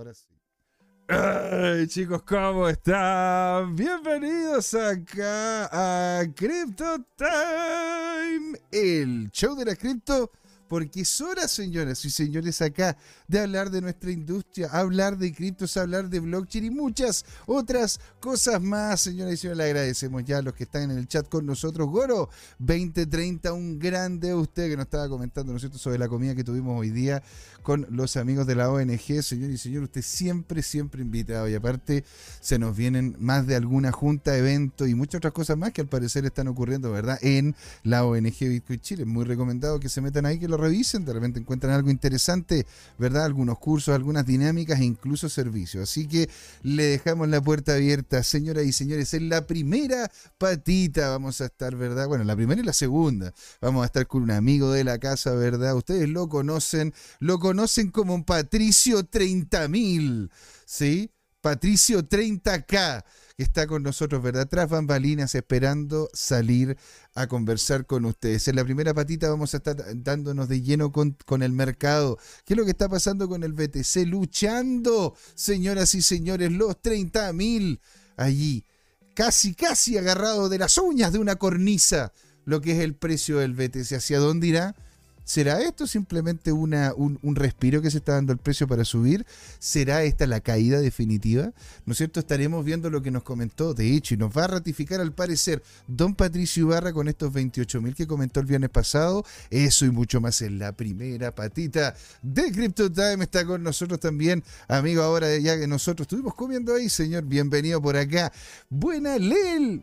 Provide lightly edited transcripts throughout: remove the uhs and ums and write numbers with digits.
Ahora sí. Ay, chicos, ¿cómo están? Bienvenidos acá a Crypto Time, el show de la cripto, porque es hora, señoras y señores, acá de hablar de nuestra industria, hablar de criptos, hablar de blockchain y muchas otras cosas más. Señoras y señores, le agradecemos ya a los que están en el chat con nosotros. Goro 2030, un grande a usted que nos estaba comentando, ¿no es cierto?, sobre la comida que tuvimos hoy día con los amigos de la ONG. Señor y señor, usted siempre invitado, y aparte se nos vienen más de alguna junta, evento y muchas otras cosas más que al parecer están ocurriendo, ¿verdad?, en la ONG Bitcoin Chile. Muy recomendado que se metan ahí, que lo revisen, de repente encuentran algo interesante, ¿verdad?, algunos cursos, algunas dinámicas e incluso servicios. Así que le dejamos la puerta abierta, señoras y señores. En la primera patita vamos a estar, ¿verdad?, bueno, la primera y la segunda vamos a estar con un amigo de la casa, ¿verdad? Ustedes lo conocen como Patricio 30.000, ¿sí? Patricio 30K, que está con nosotros, ¿verdad?, tras bambalinas, esperando salir a conversar con ustedes. En la primera patita vamos a estar dándonos de lleno con el mercado. ¿Qué es lo que está pasando con el BTC? Luchando, señoras y señores, los 30.000 allí, casi agarrado de las uñas de una cornisa, lo que es el precio del BTC. ¿Hacia dónde irá? ¿Será esto simplemente un respiro que se está dando el precio para subir? ¿Será esta la caída definitiva? ¿No es cierto? Estaremos viendo lo que nos comentó, de hecho, y nos va a ratificar al parecer don Patricio Ibarra con estos 28.000 que comentó el viernes pasado. Eso y mucho más en la primera patita de Crypto Time. Está con nosotros también, amigo, ahora ya que nosotros estuvimos comiendo ahí, señor, bienvenido por acá. Buena Lel.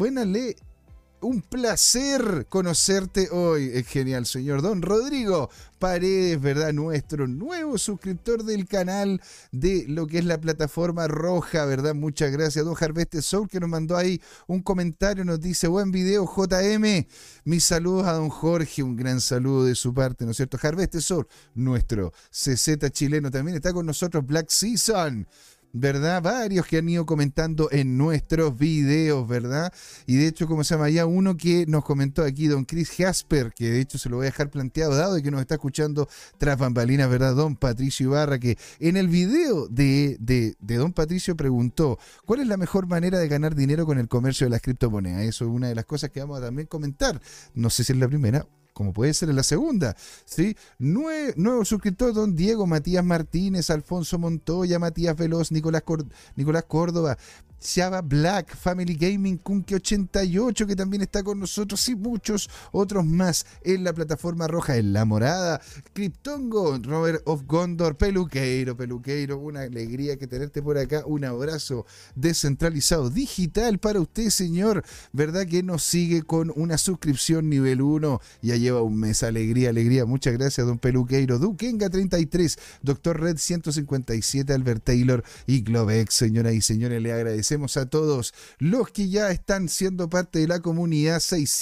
Un placer conocerte hoy. Es genial, señor don Rodrigo Paredes, ¿verdad? Nuestro nuevo suscriptor del canal de lo que es la plataforma roja, ¿verdad? Muchas gracias. Don Harvest Soul, que nos mandó ahí un comentario, nos dice: buen video, JM. Mis saludos a don Jorge, un gran saludo de su parte, ¿no es cierto? Harvest Soul, nuestro CZ chileno, también está con nosotros. Black Season, ¿verdad? Varios que han ido comentando en nuestros videos, ¿verdad? Y de hecho, como se llama ya uno que nos comentó aquí, don Chris Jasper, que de hecho se lo voy a dejar planteado, dado de que nos está escuchando tras bambalinas, ¿verdad? Don Patricio Ibarra, que en el video de don Patricio preguntó: ¿cuál es la mejor manera de ganar dinero con el comercio de las criptomonedas? Eso es una de las cosas que vamos a también comentar. No sé si es la primera, como puede ser en la segunda, ¿sí? Nuevo suscriptor, don Diego Matías Martínez, Alfonso Montoya, Matías Veloz, Nicolás Córdoba, Chava Black, Family Gaming, Kunke 88, que también está con nosotros, y muchos otros más en la plataforma roja, en la morada. Cryptongo, Robert of Gondor, Peluqueiro, una alegría que tenerte por acá. Un abrazo descentralizado digital para usted, señor, ¿verdad?, que nos sigue con una suscripción nivel 1, ya lleva un mes. Alegría, muchas gracias, don Peluqueiro. Dukenga 33, Dr. Red 157, Albert Taylor y Globex. Señoras y señores, le agradecemos a todos los que ya están siendo parte de la comunidad.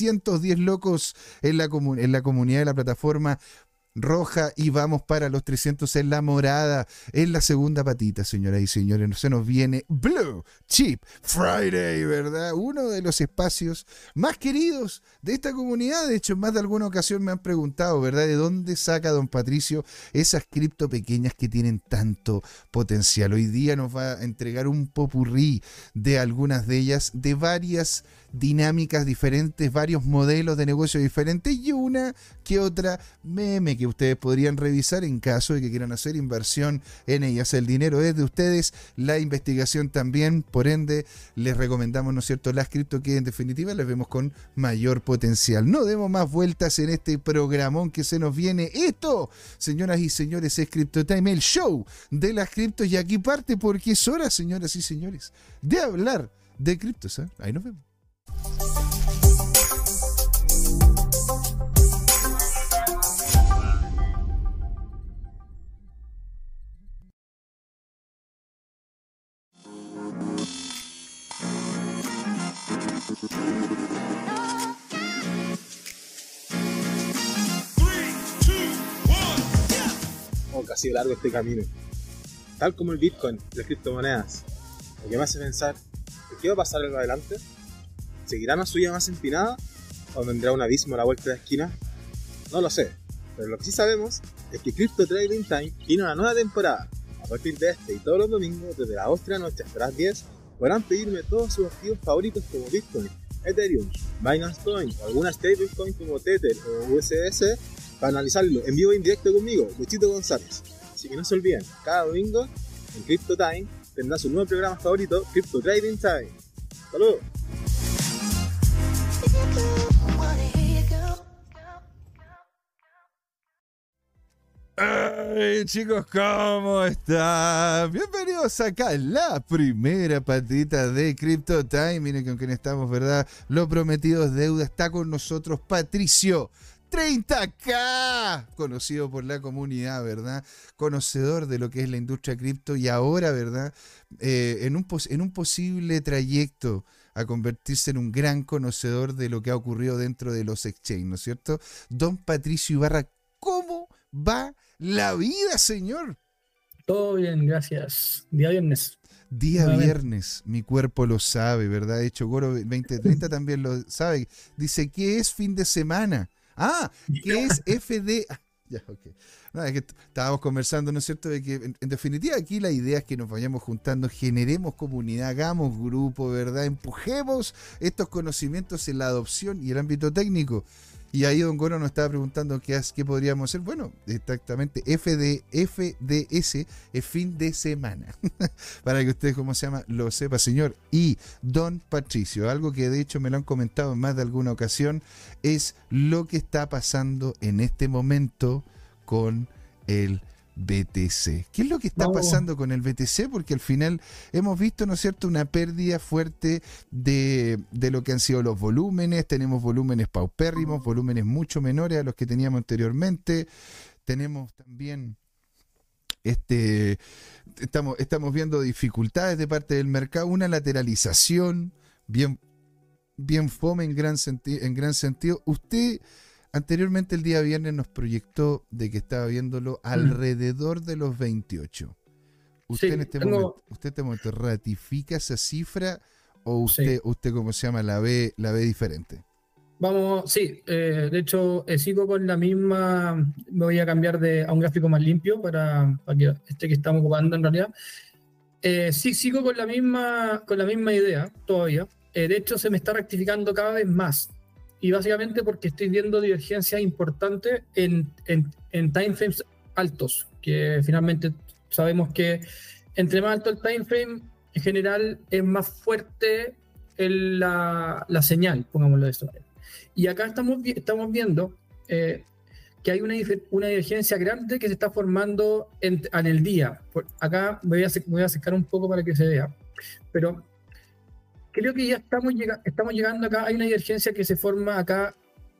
610 locos en la comunidad de la plataforma roja, y vamos para los 300 en la morada. En la segunda patita, señoras y señores, se nos viene Blue Chip Friday, ¿verdad? Uno de los espacios más queridos de esta comunidad. De hecho, en más de alguna ocasión me han preguntado, ¿verdad?, de dónde saca don Patricio esas cripto pequeñas que tienen tanto potencial. Hoy día nos va a entregar un popurrí de algunas de ellas, de varias dinámicas diferentes, varios modelos de negocio diferentes y una que otra meme que ustedes podrían revisar en caso de que quieran hacer inversión en ellas. El dinero es de ustedes, la investigación también, por ende les recomendamos, ¿no es cierto?, las cripto, que en definitiva les vemos con mayor potencial. No demos más vueltas en este programón que se nos viene. Esto, señoras y señores, es Crypto Time, el show de las criptos, y aquí parte porque es hora, señoras y señores, de hablar de criptos, ¿eh? Ahí nos vemos. Oh, que ha sido largo este camino. Tal como el Bitcoin, las criptomonedas, lo que me hace pensar: ¿qué va a pasar en adelante? ¿Seguirá una subida más empinada o vendrá un abismo a la vuelta de la esquina? No lo sé, pero lo que sí sabemos es que Crypto Trading Time tiene una nueva temporada. partir de este y todos los domingos, desde las 8 de la noche hasta las 10, podrán pedirme todos sus activos favoritos como Bitcoin, Ethereum, Binance Coin o alguna stablecoin como Tether o USDC para analizarlo en vivo e en directo conmigo, Luchito González. Así que no se olviden, cada domingo en Crypto Time tendrá su nuevo programa favorito, Crypto Trading Time. ¡Saludos! Hey chicos, ¿cómo están? Bienvenidos acá a la primera patita de Crypto Time. Miren con quién estamos, ¿verdad? Lo prometido es deuda. Está con nosotros Patricio 30K, conocido por la comunidad, ¿verdad? Conocedor de lo que es la industria cripto y ahora, ¿verdad? En un posible trayecto a convertirse en un gran conocedor de lo que ha ocurrido dentro de los exchanges, ¿no es cierto? Don Patricio Ibarra, ¿cómo va la vida, señor? Todo bien, gracias. Día viernes. Día viernes, mi cuerpo lo sabe, ¿verdad? De hecho, Goro 2030 también lo sabe. Dice, ¿qué es fin de semana? Ah, ¿qué es FD? Ah, ya, ok. No, es que estábamos conversando, ¿no es cierto? De que en definitiva aquí la idea es que nos vayamos juntando, generemos comunidad, hagamos grupo, ¿verdad? Empujemos estos conocimientos en la adopción y el ámbito técnico. Y ahí Don Goro nos estaba preguntando qué podríamos hacer. Bueno, exactamente, FDS es fin de semana. Para que usted, ¿cómo se llama? Lo sepa, señor. Y Don Patricio, algo que de hecho me lo han comentado en más de alguna ocasión, es lo que está pasando en este momento con el BTC. ¿Qué es lo que está pasando con el BTC? Porque al final hemos visto, ¿no es cierto?, una pérdida fuerte de lo que han sido los volúmenes. Tenemos volúmenes paupérrimos, volúmenes mucho menores a los que teníamos anteriormente. Tenemos también estamos viendo dificultades de parte del mercado, una lateralización bien fome en gran sentido. Usted anteriormente el día viernes nos proyectó de que estaba viéndolo alrededor de los 28. ¿Usted en este momento ratifica esa cifra o usted cómo se llama la ve diferente? Vamos, sí, de hecho sigo con la misma, me voy a cambiar a un gráfico más limpio para que que estamos ocupando en realidad. Sí, sigo con la misma idea todavía. De hecho se me está rectificando cada vez más. Y básicamente porque estoy viendo divergencias importantes en timeframes altos, que finalmente sabemos que entre más alto el timeframe, en general es más fuerte la señal, pongámoslo de esta manera. Y acá estamos viendo que hay una divergencia grande que se está formando en el día. Acá voy a acercar un poco para que se vea, pero creo que ya estamos llegando acá. Hay una divergencia que se forma acá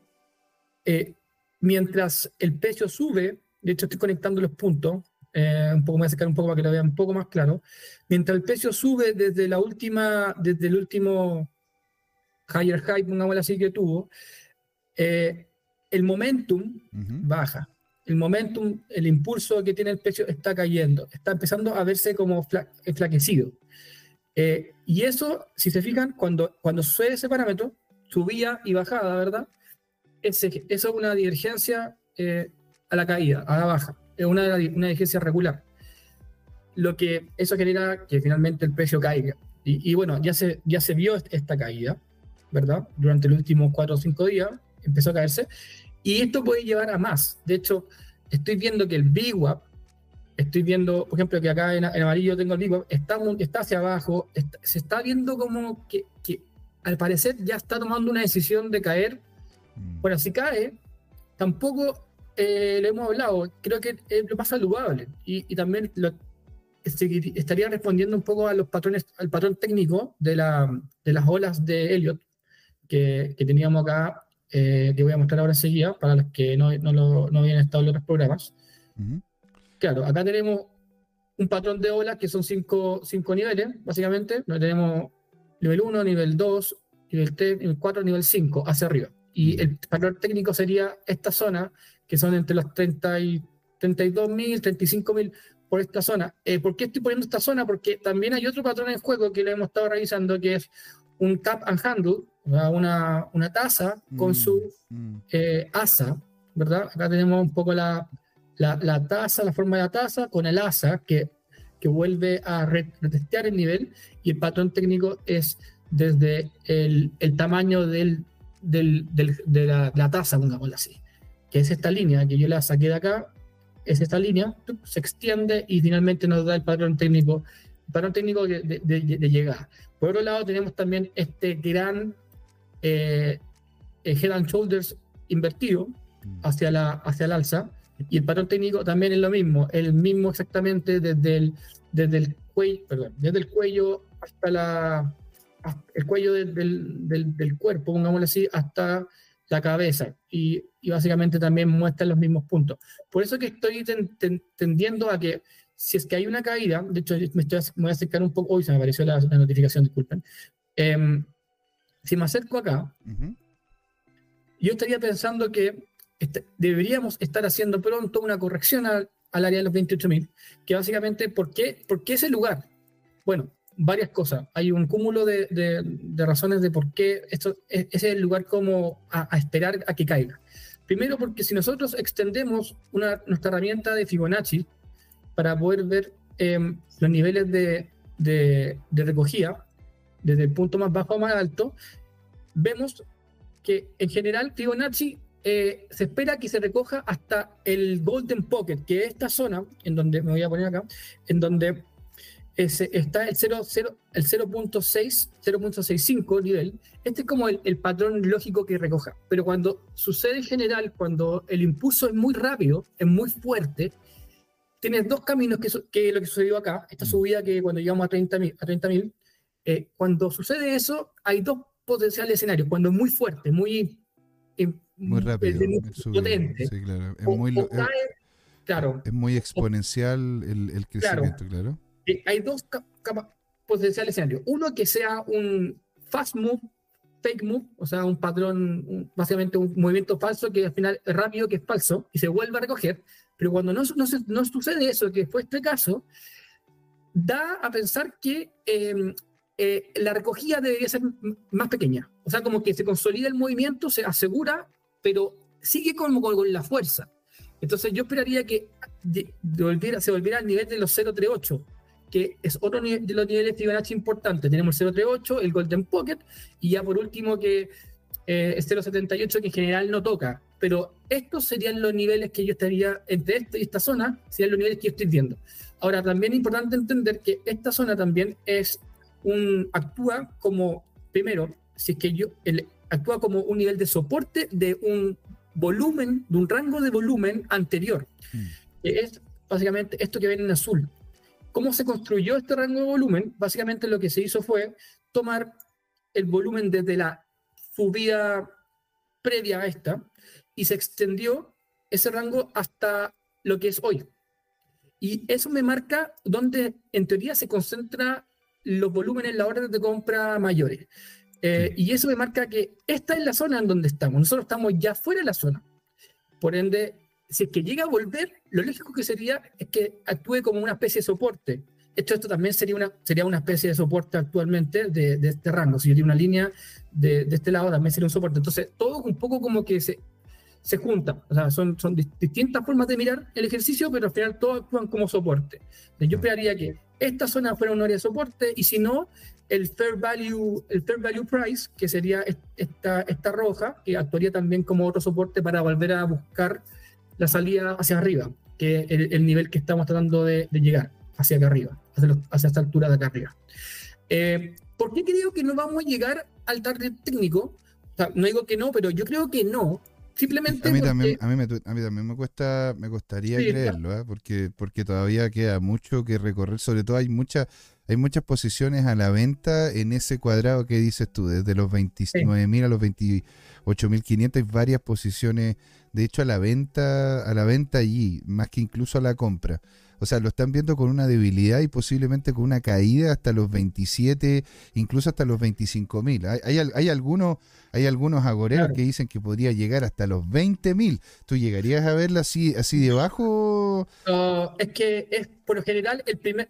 mientras el precio sube. De hecho, estoy conectando los puntos. Me voy a acercar un poco para que lo vean un poco más claro. Mientras el precio sube desde el último higher high, pongámoslo así, que tuvo, el momentum baja. El momentum, el impulso que tiene el precio está cayendo. Está empezando a verse como enflaquecido. Y eso, si se fijan, cuando sucede ese parámetro, subida y bajada, ¿verdad? Eso es una divergencia a la caída, a la baja. Es una divergencia regular. Lo que eso genera que finalmente el precio caiga. Y bueno, ya se vio esta caída, ¿verdad? Durante los últimos 4 o 5 días empezó a caerse. Y esto puede llevar a más. De hecho, estoy viendo que el VWAP, estoy viendo, por ejemplo, que acá en amarillo tengo el VWAP, está hacia abajo, se está viendo como que al parecer ya está tomando una decisión de caer. Bueno, si cae, tampoco le hemos hablado, creo que es lo más saludable y también estaría respondiendo un poco a los patrones, al patrón técnico de las olas de Elliott que teníamos acá, que voy a mostrar ahora enseguida para los que no habían estado en los otros programas. Claro, acá tenemos un patrón de olas que son 5 niveles, básicamente. Tenemos nivel 1, nivel 2, nivel 3, nivel 4, nivel 5, hacia arriba. Y el patrón técnico sería esta zona, que son entre los 32.000, 35.000 por esta zona. ¿Por qué estoy poniendo esta zona? Porque también hay otro patrón en juego que lo hemos estado revisando, que es un cap and handle, una taza con su asa, ¿verdad? Acá tenemos un poco la taza, la forma de la taza con el asa, que que vuelve a retestear el nivel, y el patrón técnico es desde el tamaño de la tasa, pongámoslo así, que es esta línea que yo la saqué de acá, es esta línea, se extiende y finalmente nos da el patrón técnico de llegada. Por otro lado, tenemos también este gran Head and Shoulders invertido hacia el alza, y el patrón técnico también es lo mismo, el mismo exactamente desde el cuello hasta el cuello del cuerpo, pongámoslo así, hasta la cabeza, y básicamente también muestra los mismos puntos. Por eso que estoy tendiendo a que si es que hay una caída, de hecho me voy a acercar un poco, hoy se me apareció la notificación, disculpen, si me acerco acá, yo estaría pensando que deberíamos estar haciendo pronto una corrección al área de los 28.000, que básicamente, ¿por qué ese lugar? Bueno, varias cosas. Hay un cúmulo de razones de por qué ese es el lugar como a esperar a que caiga. Primero, porque si nosotros extendemos nuestra herramienta de Fibonacci para poder ver los niveles de recogida desde el punto más bajo a más alto, vemos que en general Fibonacci se espera que se recoja hasta el Golden Pocket, que es esta zona, en donde me voy a poner acá, en donde está el 0.65 nivel. Este es como el patrón lógico que recoja. Pero cuando sucede en general, cuando el impulso es muy rápido, es muy fuerte, tienes dos caminos, que lo que sucedió acá, esta subida que cuando llegamos a 30.000, cuando sucede eso, hay dos potenciales escenarios. Cuando es muy fuerte, muy rápido, potente. Sí, claro. Claro. Es muy exponencial el crecimiento, claro. Hay dos potenciales escenarios. Uno, que sea un fast move, fake move, o sea, un patrón, básicamente un movimiento falso que al final es rápido, que es falso, y se vuelve a recoger. Pero cuando no sucede eso, que fue este caso, da a pensar que la recogida debería ser más pequeña. O sea, como que se consolida el movimiento, se asegura, pero sigue como con la fuerza. Entonces yo esperaría que se volviera al nivel de los 0.38, que es otro de los niveles Fibonacci importantes. Tenemos el 0.38, el Golden Pocket, y ya por último que es 0.78, que en general no toca. Pero estos serían los niveles que yo estaría, entre esto y esta zona, serían los niveles que yo estoy viendo. Ahora, también es importante entender que esta zona también actúa como, primero, si es que actúa como un nivel de soporte de un volumen, de un rango de volumen anterior, que es básicamente esto que ven en azul. ¿Cómo se construyó este rango de volumen? Básicamente lo que se hizo fue tomar el volumen desde la subida previa a esta y se extendió ese rango hasta lo que es hoy. Y eso me marca donde en teoría se concentran los volúmenes, las órdenes de compra mayores. Y eso me marca que esta es la zona en donde estamos. Nosotros estamos ya fuera de la zona. Por ende, si es que llega a volver, lo lógico que sería es que actúe como una especie de soporte. Esto también sería una especie de soporte actualmente de este rango. Si yo tengo una línea de este lado, también sería un soporte. Entonces, todo un poco como que se juntan. O sea, son distintas formas de mirar el ejercicio, pero al final todos actúan como soporte. Entonces, yo esperaría que esta zona fuera un área de soporte, y si no, el fair value price, que sería esta roja, que actuaría también como otro soporte para volver a buscar la salida hacia arriba, que es el nivel que estamos tratando de llegar hacia acá arriba, hacia esta altura de acá arriba. ¿Por qué creo que no vamos a llegar al target técnico? O sea, no digo que no, pero yo creo que no. Simplemente a mí también me costaría creerlo, porque todavía queda mucho que recorrer. Sobre todo hay muchas posiciones a la venta en ese cuadrado que dices tú, desde los 29.000 a los 28.500 hay varias posiciones, de hecho a la venta allí, más que incluso a la compra. O sea, lo están viendo con una debilidad y posiblemente con una caída hasta los 27, incluso hasta los 25.000. Hay algunos agoreros que dicen que podría llegar hasta los 20.000. ¿Tú llegarías a verla así debajo? Es que es por lo general el primer...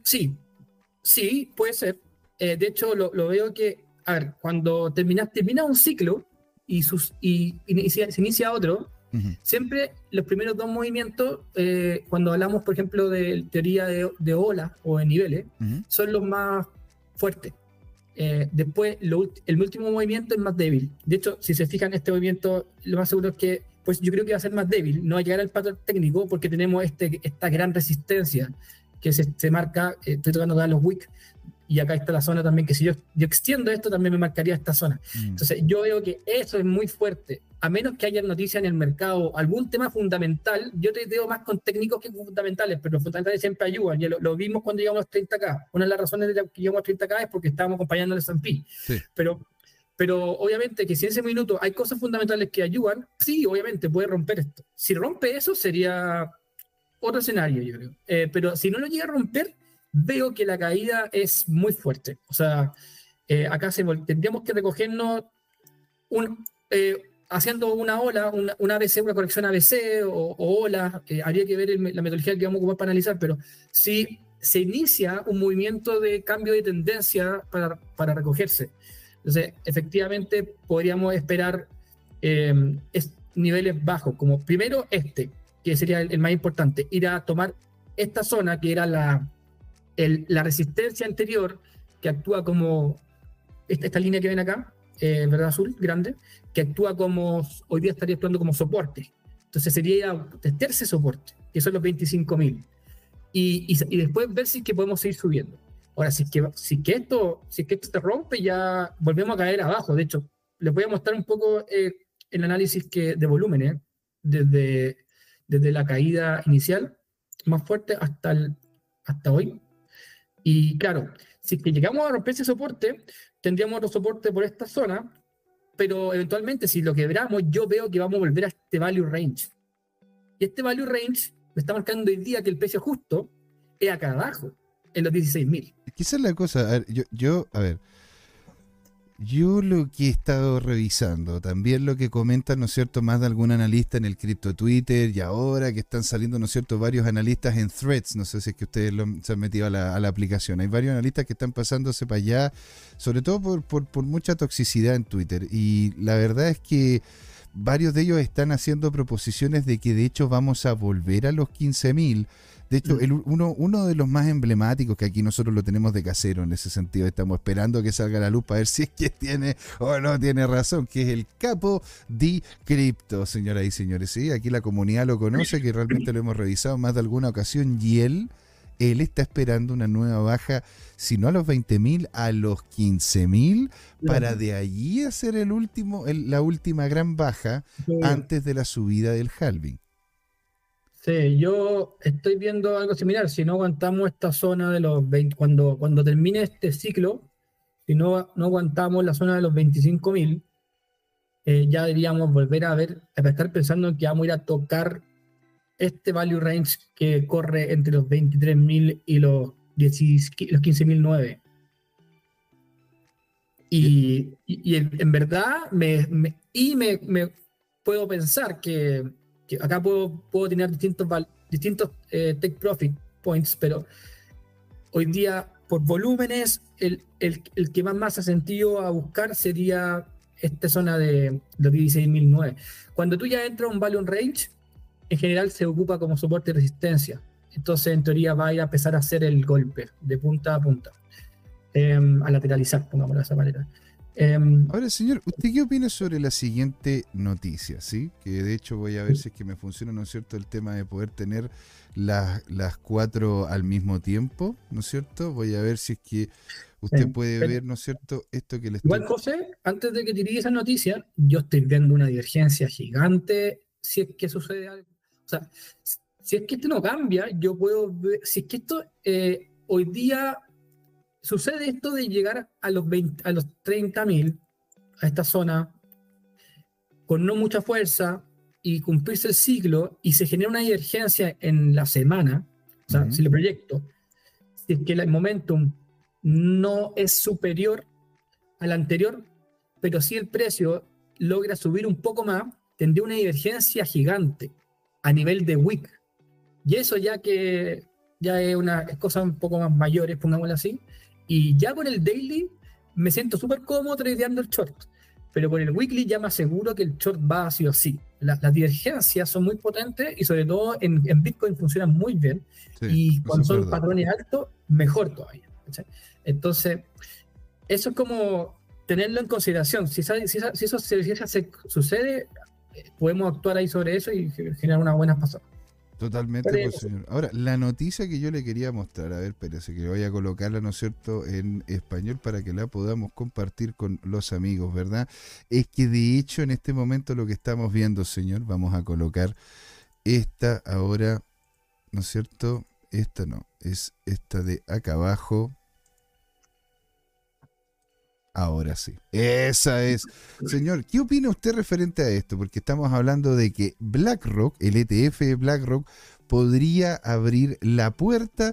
Sí, puede ser. De hecho, lo veo que, a ver, cuando termina un ciclo y se inicia otro, Siempre los primeros dos movimientos, cuando hablamos, por ejemplo, de teoría de olas o de niveles, son los más fuertes. Después, el último movimiento es más débil. De hecho, si se fijan, este movimiento, lo más seguro es que, pues yo creo que va a ser más débil, no va a llegar al patrón técnico porque tenemos esta gran resistencia que se marca. Estoy tocando de los wicks, y acá está la zona también, que si yo extiendo esto, también me marcaría esta zona. Entonces, yo veo que eso es muy fuerte. A menos que haya noticias en el mercado, algún tema fundamental, yo te digo más con técnicos que fundamentales, pero los fundamentales siempre ayudan. Ya lo vimos cuando llegamos a los 30K. Una de las razones de que llegamos a 30K es porque estábamos acompañando al S&P. Sí. Pero obviamente que si en ese minuto hay cosas fundamentales que ayudan, sí, obviamente puede romper esto. Si rompe eso, sería otro escenario, yo creo. Pero si no lo llega a romper, veo que la caída es muy fuerte. O sea, acá tendríamos que recogernos haciendo una ola, una ABC, una corrección ABC o ola. Habría que ver la metodología que vamos a ocupar para analizar, pero si se inicia un movimiento de cambio de tendencia para recogerse. Entonces, efectivamente, podríamos esperar niveles bajos, como primero que sería el más importante, ir a tomar esta zona que era la resistencia anterior, que actúa como esta línea que ven acá, ¿verdad? Azul, grande, que actúa como, hoy día estaría actuando como soporte. Entonces sería testearse soporte, que son los 25.000. Y después ver si es que podemos seguir subiendo. Ahora, si es que esto se rompe, ya volvemos a caer abajo. De hecho, les voy a mostrar un poco el análisis de volúmenes, desde la caída inicial más fuerte hasta hoy. Y claro, si es que llegamos a romper ese soporte, tendríamos otro soporte por esta zona, pero eventualmente si lo quebramos, yo veo que vamos a volver a este value range. Y este value range me está marcando hoy día que el precio justo es acá abajo, en los 16.000. Quizás es la cosa, a ver, yo lo que he estado revisando, también lo que comentan, ¿no es cierto?, más de algún analista en el cripto Twitter, y ahora que están saliendo, ¿no es cierto?, varios analistas en Threads, no sé si es que ustedes se han metido a la aplicación, hay varios analistas que están pasándose para allá, sobre todo por mucha toxicidad en Twitter, y la verdad es que varios de ellos están haciendo proposiciones de que de hecho vamos a volver a los 15.000. De hecho, uno de los más emblemáticos, que aquí nosotros lo tenemos de casero en ese sentido, estamos esperando que salga a la luz para ver si es que tiene o no tiene razón, que es el Capo di Crypto, señoras y señores. Sí, aquí la comunidad lo conoce, que realmente lo hemos revisado más de alguna ocasión, y él está esperando una nueva baja, si no a los 20.000, a los 15.000, para de allí hacer la última gran baja antes de la subida del halving. Sí, yo estoy viendo algo similar. Si no aguantamos esta zona de los 20, cuando termine este ciclo, si no aguantamos la zona de los 25.000, ya deberíamos volver a estar pensando en que vamos a ir a tocar este value range que corre entre los 23.000 y los 15.009. Y en verdad me puedo pensar que acá puedo tener distintos take profit points, pero hoy día por volúmenes el que más hace sentido a buscar sería esta zona de los 16.009. Cuando tú ya entras a un value range, en general se ocupa como soporte y resistencia, entonces en teoría va a ir a empezar a hacer el golpe de punta a punta, a lateralizar, pongámoslo de esa manera. Ahora, señor, ¿usted qué opina sobre la siguiente noticia? ¿Sí? Que de hecho voy a ver si es que me funciona, ¿no es cierto?, el tema de poder tener las 4 al mismo tiempo, ¿no es cierto? Voy a ver si es que usted puede ver, ¿no es cierto?, esto que le estoy... Igual, José, antes de que tire esa noticia, yo estoy viendo una divergencia gigante si es que sucede algo. O sea, si es que esto no cambia, yo puedo ver, si es que esto hoy día... Sucede esto de llegar a los 30.000, a esta zona, con no mucha fuerza, y cumplirse el ciclo, y se genera una divergencia en la semana. O sea, si le proyecto, si es que el momentum no es superior al anterior, pero si el precio logra subir un poco más, tendría una divergencia gigante a nivel de wick. Y eso ya es una cosa un poco más mayores, pongámoslo así. Y ya con el daily me siento súper cómodo tradeando el short. pero por el weekly ya me aseguro que el short va sí o sí. Las divergencias son muy potentes y sobre todo en Bitcoin funcionan muy bien. Sí, Y cuando eso es son verdad. patrones altos, mejor todavía. ¿Cachai? Entonces, eso es como tenerlo en consideración. Si eso sucede, podemos actuar ahí sobre eso y generar unas buenas pasadas. Totalmente, pues, señor. Ahora, la noticia que yo le quería mostrar, a ver, espérese que voy a colocarla, ¿no es cierto?, en español para que la podamos compartir con los amigos, ¿verdad? Es que de hecho en este momento lo que estamos viendo, señor, vamos a colocar esta ahora, ¿no es cierto? Esta no, es esta de acá abajo. Ahora sí. Esa es. Señor, ¿qué opina usted referente a esto? Porque estamos hablando de que BlackRock, el ETF de BlackRock, podría abrir la puerta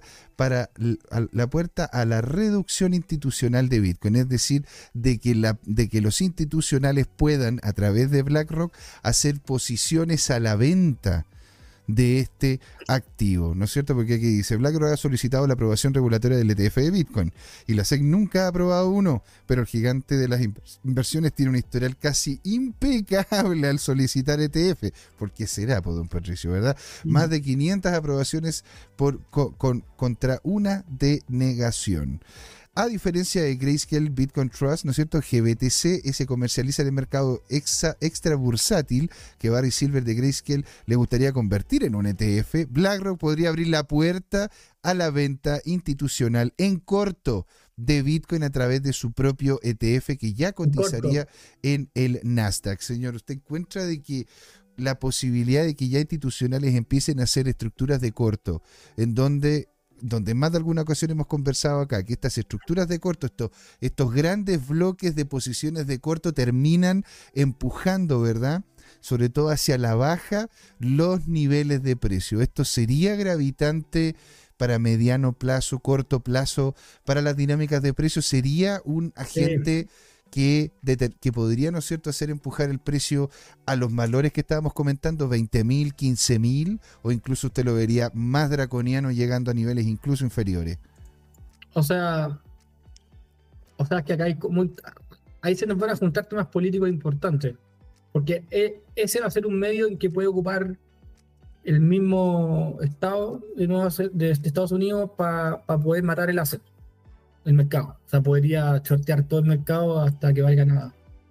a la reducción institucional de Bitcoin. Es decir, de que los institucionales puedan, a través de BlackRock, hacer posiciones a la venta de este activo, ¿no es cierto? Porque aquí dice, BlackRock ha solicitado la aprobación regulatoria del ETF de Bitcoin y la SEC nunca ha aprobado uno, pero el gigante de las inversiones tiene un historial casi impecable al solicitar ETF. ¿Por qué será, pues, don Patricio, verdad? Más de 500 aprobaciones contra una denegación. A diferencia de Grayscale Bitcoin Trust, ¿no es cierto? GBTC se comercializa en el mercado extra bursátil que Barry Silver de Grayscale le gustaría convertir en un ETF. BlackRock podría abrir la puerta a la venta institucional en corto de Bitcoin a través de su propio ETF que ya cotizaría en el Nasdaq. Señor, ¿usted encuentra de que la posibilidad de que ya institucionales empiecen a hacer estructuras de corto en donde más de alguna ocasión hemos conversado acá, que estas estructuras de corto, estos grandes bloques de posiciones de corto terminan empujando, ¿verdad?, sobre todo hacia la baja, los niveles de precio? ¿Esto sería gravitante para mediano plazo, corto plazo, para las dinámicas de precios? ¿Sería un agente que podría, ¿no es cierto?, hacer empujar el precio a los valores que estábamos comentando, 20.000, 15.000, o incluso usted lo vería más draconiano llegando a niveles incluso inferiores? O sea que acá ahí se nos van a juntar temas políticos importantes, porque ese va a ser un medio en que puede ocupar el mismo Estado de Estados Unidos para poder matar el mercado. O sea, podría shortear todo el mercado hasta que valga nada.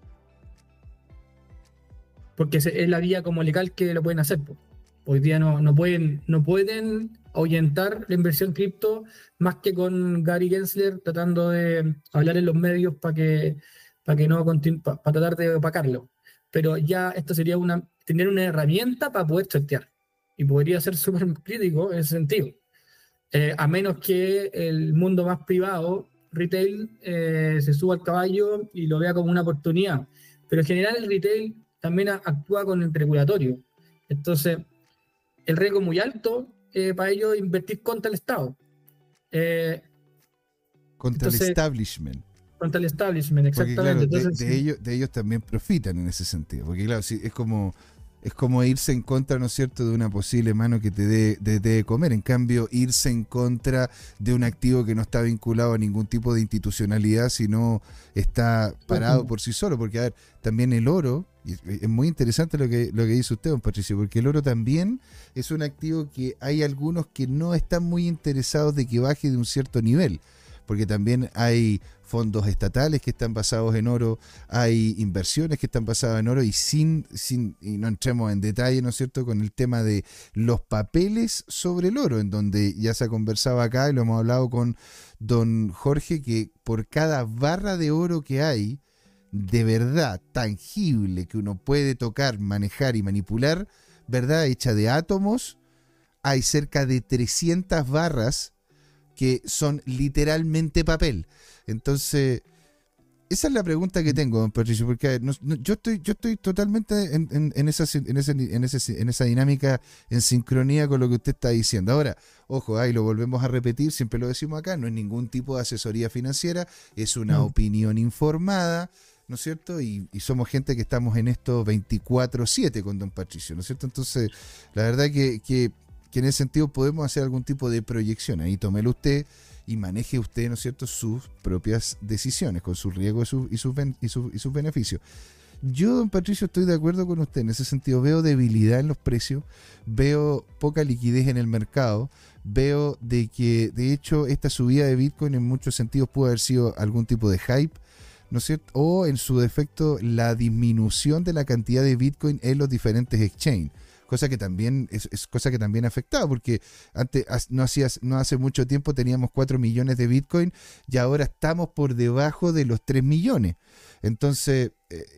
Porque es la vía como legal que lo pueden hacer. Hoy día no pueden ahuyentar la inversión cripto más que con Gary Gensler tratando de hablar en los medios para tratar de opacarlo. Pero ya esto sería tener una herramienta para poder shortear. Y podría ser súper crítico en ese sentido. A menos que el mundo más privado, retail, se suba al caballo y lo vea como una oportunidad. Pero en general el retail también actúa con el regulatorio. Entonces, el riesgo muy alto para ellos invertir contra el Estado. Contra el establishment. Contra el establishment, exactamente. Porque, claro, entonces, de ellos también profitan en ese sentido. Porque claro, sí, es como irse en contra, ¿no es cierto?, de una posible mano que te dé de comer. En cambio, irse en contra de un activo que no está vinculado a ningún tipo de institucionalidad, sino está parado por sí solo. Porque, a ver, también el oro, y es muy interesante lo que dice usted, don Patricio, porque el oro también es un activo que hay algunos que no están muy interesados de que baje de un cierto nivel. Porque también hay fondos estatales que están basados en oro, hay inversiones que están basadas en oro, y y no entremos en detalle, ¿no es cierto?, con el tema de los papeles sobre el oro, en donde ya se ha conversado acá y lo hemos hablado con don Jorge, que por cada barra de oro que hay, de verdad, tangible, que uno puede tocar, manejar y manipular, ¿verdad?, hecha de átomos, hay cerca de 300 barras que son literalmente papel. Entonces, esa es la pregunta que tengo, don Patricio, porque yo estoy totalmente en esa dinámica, en sincronía con lo que usted está diciendo. Ahora, ojo, ahí lo volvemos a repetir, siempre lo decimos acá, no es ningún tipo de asesoría financiera, es una opinión informada, ¿no es cierto? Y somos gente que estamos en esto 24/7 con don Patricio, ¿no es cierto? Entonces, la verdad que que en ese sentido podemos hacer algún tipo de proyección. Ahí tómelo usted y maneje usted, ¿no es cierto?, sus propias decisiones, con sus riesgos y sus beneficios. Yo, don Patricio, estoy de acuerdo con usted. En ese sentido, veo debilidad en los precios, veo poca liquidez en el mercado, veo de que, de hecho, esta subida de Bitcoin en muchos sentidos puede haber sido algún tipo de hype, ¿no es cierto? O, en su defecto, la disminución de la cantidad de Bitcoin en los diferentes exchanges. Cosa que también es cosa que también ha afectado, porque antes, no hace mucho tiempo teníamos 4 millones de Bitcoin y ahora estamos por debajo de los 3 millones. Entonces,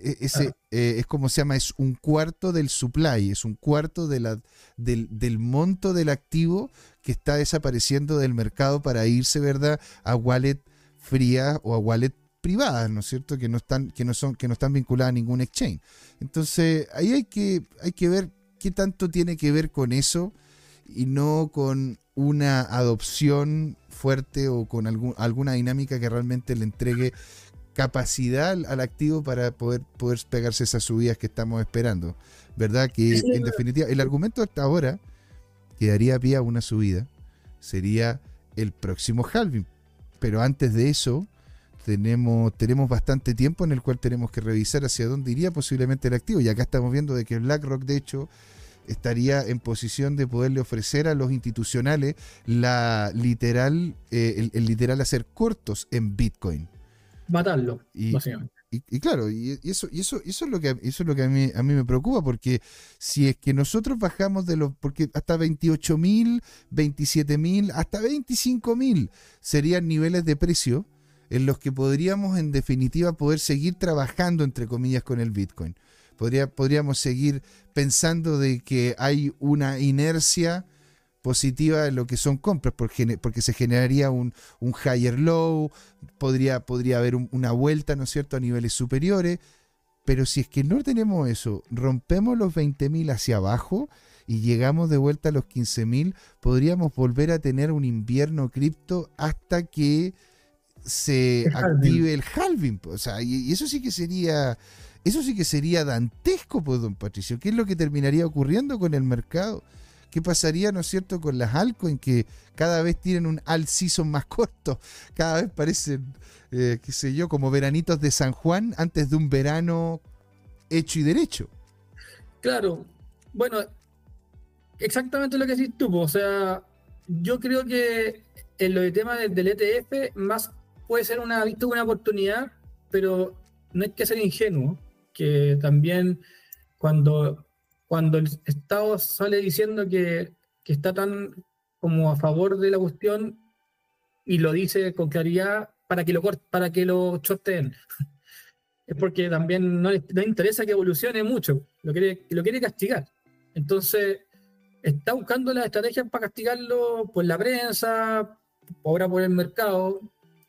es como se llama, es un cuarto del supply, es un cuarto del monto del activo que está desapareciendo del mercado para irse, ¿verdad?, a wallet fría o a wallet privadas, ¿no es cierto?, que no están vinculadas a ningún exchange. Entonces, ahí hay que ver qué tanto tiene que ver con eso y no con una adopción fuerte o con alguna dinámica que realmente le entregue capacidad al activo para poder pegarse esas subidas que estamos esperando. ¿Verdad? Que en definitiva, el argumento hasta ahora que daría pie a una subida sería el próximo halving. Pero antes de eso, tenemos bastante tiempo en el cual tenemos que revisar hacia dónde iría posiblemente el activo. Y acá estamos viendo de que BlackRock, de hecho, estaría en posición de poderle ofrecer a los institucionales el literal hacer cortos en Bitcoin. Matarlo, básicamente. Y claro, y eso es lo que a mí me preocupa, porque si es que nosotros bajamos porque hasta 28.000, 27.000, hasta 25.000 serían niveles de precio en los que podríamos en definitiva poder seguir trabajando, entre comillas, con el Bitcoin. Podríamos seguir pensando de que hay una inercia positiva en lo que son compras, porque se generaría un higher low, podría haber una vuelta, ¿no es cierto?, a niveles superiores, pero si es que no tenemos eso, rompemos los 20.000 hacia abajo y llegamos de vuelta a los 15.000, podríamos volver a tener un invierno cripto hasta que se active el halving. O sea, y eso sí que sería dantesco, pues, don Patricio. ¿Qué es lo que terminaría ocurriendo con el mercado? ¿Qué pasaría, no es cierto, con las altcoins, que cada vez tienen un alt season más corto? Cada vez parecen, qué sé yo, como veranitos de San Juan antes de un verano hecho y derecho. Claro, bueno, exactamente lo que decís tú. O sea, yo creo que en lo del tema del ETF más puede ser una oportunidad, pero no hay que ser ingenuo, que también cuando el Estado sale diciendo que está tan como a favor de la cuestión y lo dice con claridad para que lo shorteen, es porque también no le interesa que evolucione mucho, lo quiere castigar. Entonces está buscando las estrategias para castigarlo por la prensa, ahora por el mercado,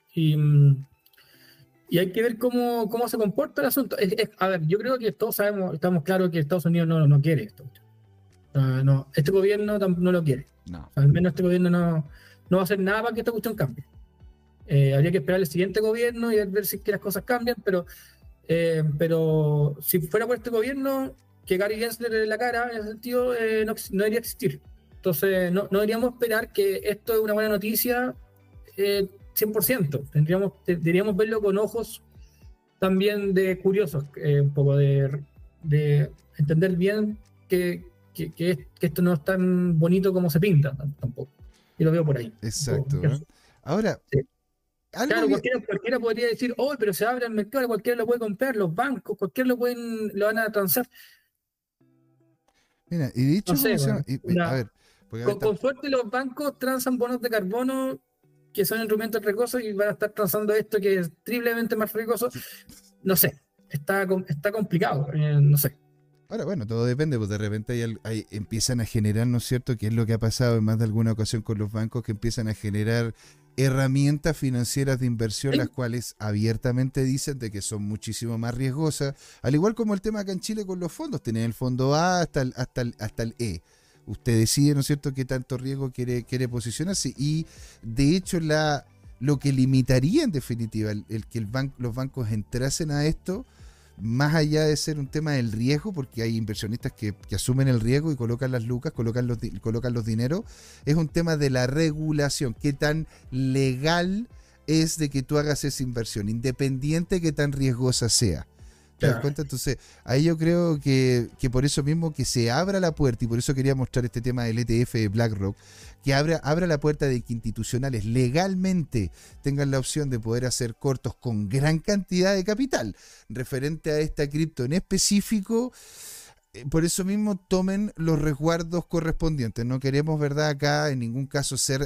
y hay que ver cómo se comporta el asunto. A ver, yo creo que todos estamos claros que Estados Unidos no quiere esto. No, este gobierno no lo quiere. No. Al menos este gobierno no va a hacer nada para que esta cuestión cambie. Habría que esperar al siguiente gobierno y ver si es que las cosas cambian, pero si fuera por este gobierno, que Gary Gensler en la cara, en ese sentido, no debería existir. Entonces, no deberíamos esperar que esto es una buena noticia 100%. Deberíamos verlo con ojos también de curiosos, un poco de entender bien que esto no es tan bonito como se pinta tampoco. Y lo veo por ahí. Exacto. Ahora, sí. Claro, cualquiera podría decir, pero se abre el mercado, cualquiera lo puede comprar, los bancos, cualquiera lo van a transar. Mira, y dicho, no sé, a ver, con suerte los bancos transan bonos de carbono, que son instrumentos riesgosos, y van a estar transando esto que es triplemente más riesgoso. No sé, está complicado, no sé. Ahora, bueno, todo depende, pues de repente empiezan a generar, ¿no es cierto?, que es lo que ha pasado en más de alguna ocasión con los bancos, que empiezan a generar herramientas financieras de inversión, las cuales abiertamente dicen de que son muchísimo más riesgosas, al igual como el tema acá en Chile con los fondos. Tienen el fondo A hasta el E. Usted decide, ¿no es cierto?, qué tanto riesgo quiere posicionarse, y de hecho lo que limitaría en definitiva el que los bancos entrasen a esto más allá de ser un tema del riesgo, porque hay inversionistas que asumen el riesgo y colocan las lucas, colocan los dineros, es un tema de la regulación, qué tan legal es de que tú hagas esa inversión, independiente de qué tan riesgosa sea. ¿Te das cuenta? Entonces, ahí yo creo que por eso mismo que se abra la puerta, y por eso quería mostrar este tema del ETF de BlackRock, que abra la puerta de que institucionales legalmente tengan la opción de poder hacer cortos con gran cantidad de capital referente a esta cripto en específico. Por eso mismo tomen los resguardos correspondientes. No queremos, ¿verdad?, acá en ningún caso ser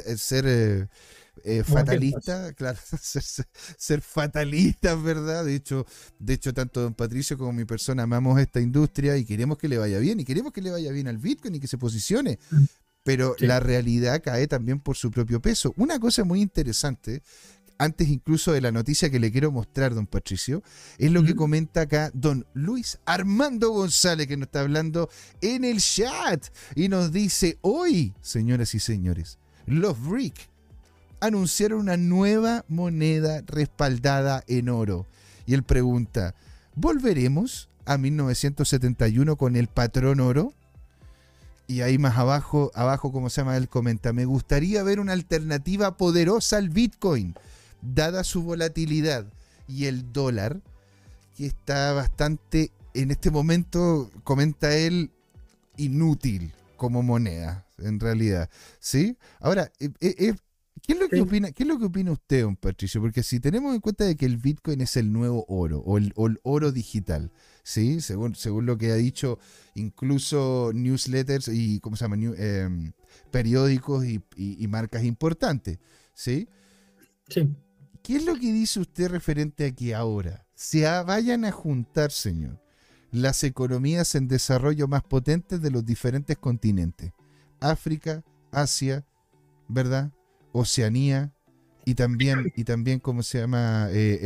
fatalista, claro, ser fatalistas, ¿verdad? De hecho, tanto don Patricio como mi persona amamos esta industria y queremos que le vaya bien, y queremos que le vaya bien al Bitcoin y que se posicione, pero la realidad cae también por su propio peso. Una cosa muy interesante, antes incluso de la noticia que le quiero mostrar, don Patricio, es lo que comenta acá don Luis Armando González, que nos está hablando en el chat y nos dice: hoy, señoras y señores, los BRIC anunciaron una nueva moneda respaldada en oro. Y él pregunta: ¿volveremos a 1971 con el patrón oro? Y ahí más abajo, ¿cómo se llama? Él comenta: me gustaría ver una alternativa poderosa al Bitcoin, dada su volatilidad y el dólar, que está bastante, en este momento, comenta él, inútil como moneda, en realidad. ¿Sí? Ahora, ¿qué es lo que opina? ¿Qué es lo que opina usted, don Patricio? Porque si tenemos en cuenta de que el Bitcoin es el nuevo oro, o el oro digital, ¿sí? Según lo que ha dicho incluso newsletters y ¿cómo se llama? Periódicos y marcas importantes, ¿sí? Sí. ¿Qué es lo que dice usted referente a que ahora vayan a juntar, señor, las economías en desarrollo más potentes de los diferentes continentes? África, Asia, ¿verdad?, Oceanía y también ¿cómo se llama?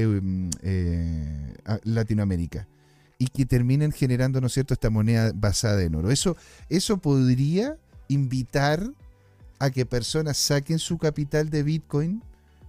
Latinoamérica, y que terminen generando, ¿no es cierto?, esta moneda basada en oro. Eso podría invitar a que personas saquen su capital de Bitcoin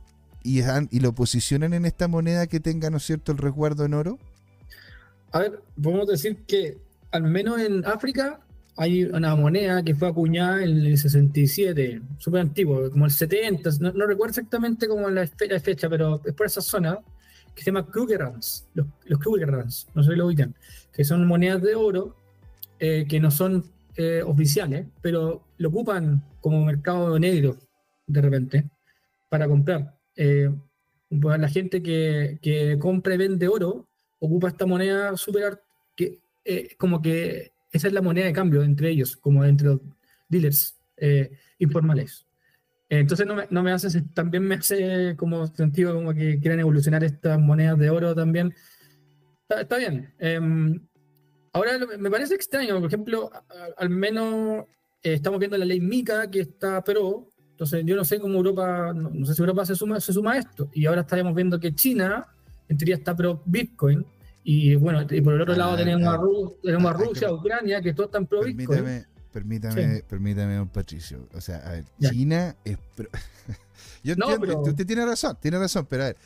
y lo posicionen en esta moneda que tenga, ¿no es cierto?, el resguardo en oro. A ver, podemos decir que al menos en África hay una moneda que fue acuñada en el 67, súper antiguo, como el 70, no recuerdo exactamente como la fecha, pero es por esa zona, que se llama Krugerrands, los Krugerrands, no sé si lo ubican, que son monedas de oro que no son oficiales, pero lo ocupan como mercado negro de repente para comprar. Pues la gente que compra y vende oro ocupa esta moneda súper, como que esa es la moneda de cambio entre ellos, como entre los dealers informales. Entonces también me hace como sentido como que quieran evolucionar estas monedas de oro también. Está bien. Ahora me parece extraño, por ejemplo, al menos estamos viendo la ley MiCA que está pro. Entonces yo no sé cómo Europa, no sé si Europa se suma a esto. Y ahora estaremos viendo que China, en teoría, está pro Bitcoin. Y bueno, y por el otro lado tenemos a Rusia, Ucrania, que todos están pro Bitcoin. Permítame, don Patricio. O sea, a ver, China es pro... Yo entiendo, usted tiene razón, pero a ver,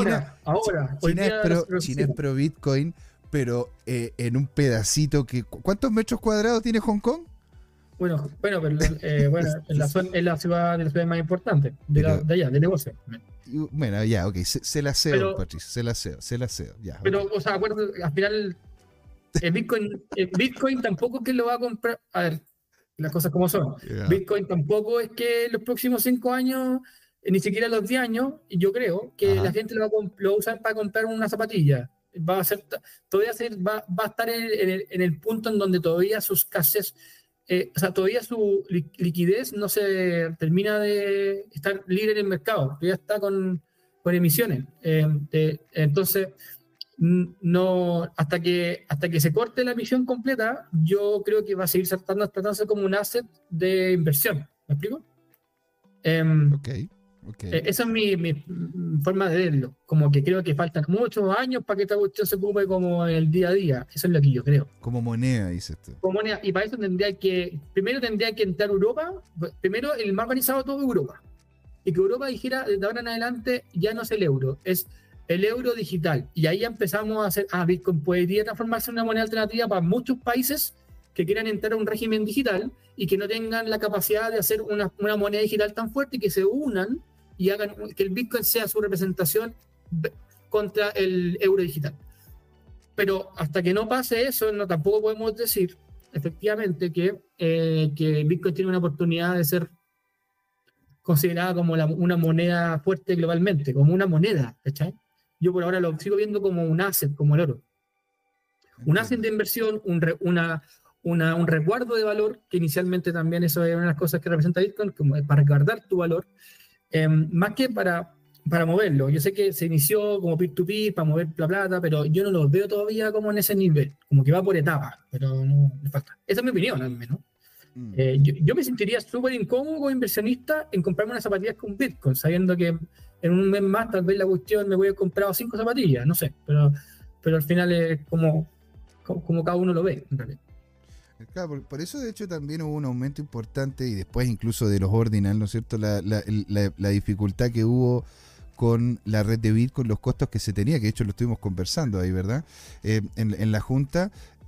China es pro Bitcoin, pero en un pedacito que... ¿Cuántos metros cuadrados tiene Hong Kong? Bueno, pero en la ciudad más importante de allá, de negocio. Bueno, ya, ok, se la cedo, Patricio, se la cedo, ya. Pero, okay. O sea, acuérdate, al final, Bitcoin tampoco es que lo va a comprar. A ver, las cosas como son. Yeah. Bitcoin tampoco es que en los próximos 5 años, ni siquiera los 10 años, yo creo que la gente lo va a usar para comprar una zapatilla. Va a estar en el punto en donde todavía sus casas. O sea, todavía su liquidez no se termina de estar libre en el mercado, todavía está con emisiones. Entonces, no, hasta que se corte la emisión completa, yo creo que va a seguir tratándose como un asset de inversión. ¿Me explico? Okay. Esa es mi forma de verlo. Como que creo que faltan muchos años para que esta cuestión se ocupe como en el día a día. Eso es lo que yo creo. Como moneda, dices tú. Como moneda. Y para eso primero tendría que entrar Europa. Primero, el más organizado de todo Europa. Y que Europa dijera, de ahora en adelante, ya no es el euro. Es el euro digital. Y ahí empezamos a hacer, Bitcoin podría transformarse en una moneda alternativa para muchos países que quieran entrar a un régimen digital y que no tengan la capacidad de hacer una moneda digital tan fuerte, y que se unan y hagan que el Bitcoin sea su representación contra el euro digital. Pero hasta que no pase eso, tampoco podemos decir efectivamente que Bitcoin tiene una oportunidad de ser considerada como una moneda fuerte globalmente, como una moneda, ¿cachai? Yo por ahora lo sigo viendo como un asset, como el oro. Un asset de inversión, un resguardo de valor, que inicialmente también eso es una de las cosas que representa Bitcoin, como para resguardar tu valor, más que para moverlo. Yo sé que se inició como peer-to-peer, para mover la plata, pero yo no lo veo todavía como en ese nivel, como que va por etapas, pero no le falta. Esa es mi opinión, al menos. Yo me sentiría súper incómodo como inversionista en comprarme unas zapatillas con Bitcoin, sabiendo que en un mes más tal vez la cuestión me voy a haber comprado 5 zapatillas, no sé, pero al final es como cada uno lo ve, en realidad. Claro, por eso de hecho también hubo un aumento importante, y después incluso de los ordinals, ¿no es cierto? La dificultad que hubo con la red de Bitcoin, los costos que se tenía, que de hecho lo estuvimos conversando ahí, ¿verdad? En la junta,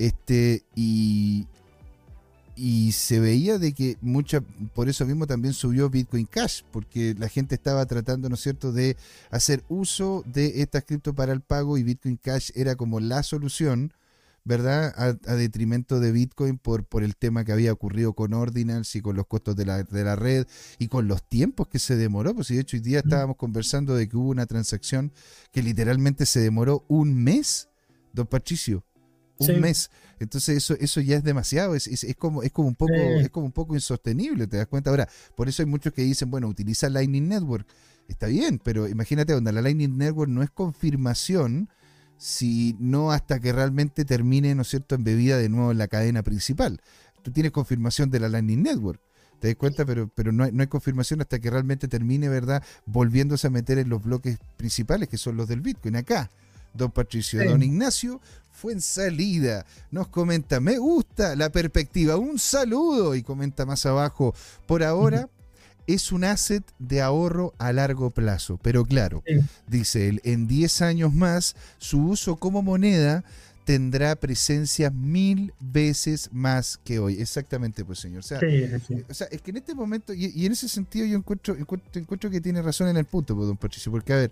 y se veía de que por eso mismo también subió Bitcoin Cash, porque la gente estaba tratando, ¿no es cierto?, de hacer uso de estas cripto para el pago, y Bitcoin Cash era como la solución, ¿verdad?, a detrimento de Bitcoin por el tema que había ocurrido con Ordinals y con los costos de la red y con los tiempos que se demoró. Pues de hecho hoy día estábamos conversando de que hubo una transacción que literalmente se demoró un mes, don Patricio. Un mes. Entonces eso ya es demasiado, es como un poco insostenible, ¿te das cuenta? Ahora, por eso hay muchos que dicen, bueno, utiliza Lightning Network. Está bien, pero imagínate, donde la Lightning Network no es confirmación, sino hasta que realmente termine, ¿no es cierto?, embebida de nuevo en la cadena principal. Tú tienes confirmación de la Lightning Network, ¿te das cuenta? Pero no hay confirmación hasta que realmente termine, ¿verdad?, volviéndose a meter en los bloques principales, que son los del Bitcoin. Acá, don Patricio, don Ignacio Fuenzalida nos comenta, me gusta la perspectiva, un saludo, y comenta más abajo, por ahora es un asset de ahorro a largo plazo, pero claro, dice él, en 10 años más su uso como moneda tendrá presencia 1000 veces más que hoy. Exactamente, pues, señor. O sea, es que en este momento, y en ese sentido yo encuentro que tiene razón en el punto, pues, don Patricio, porque a ver,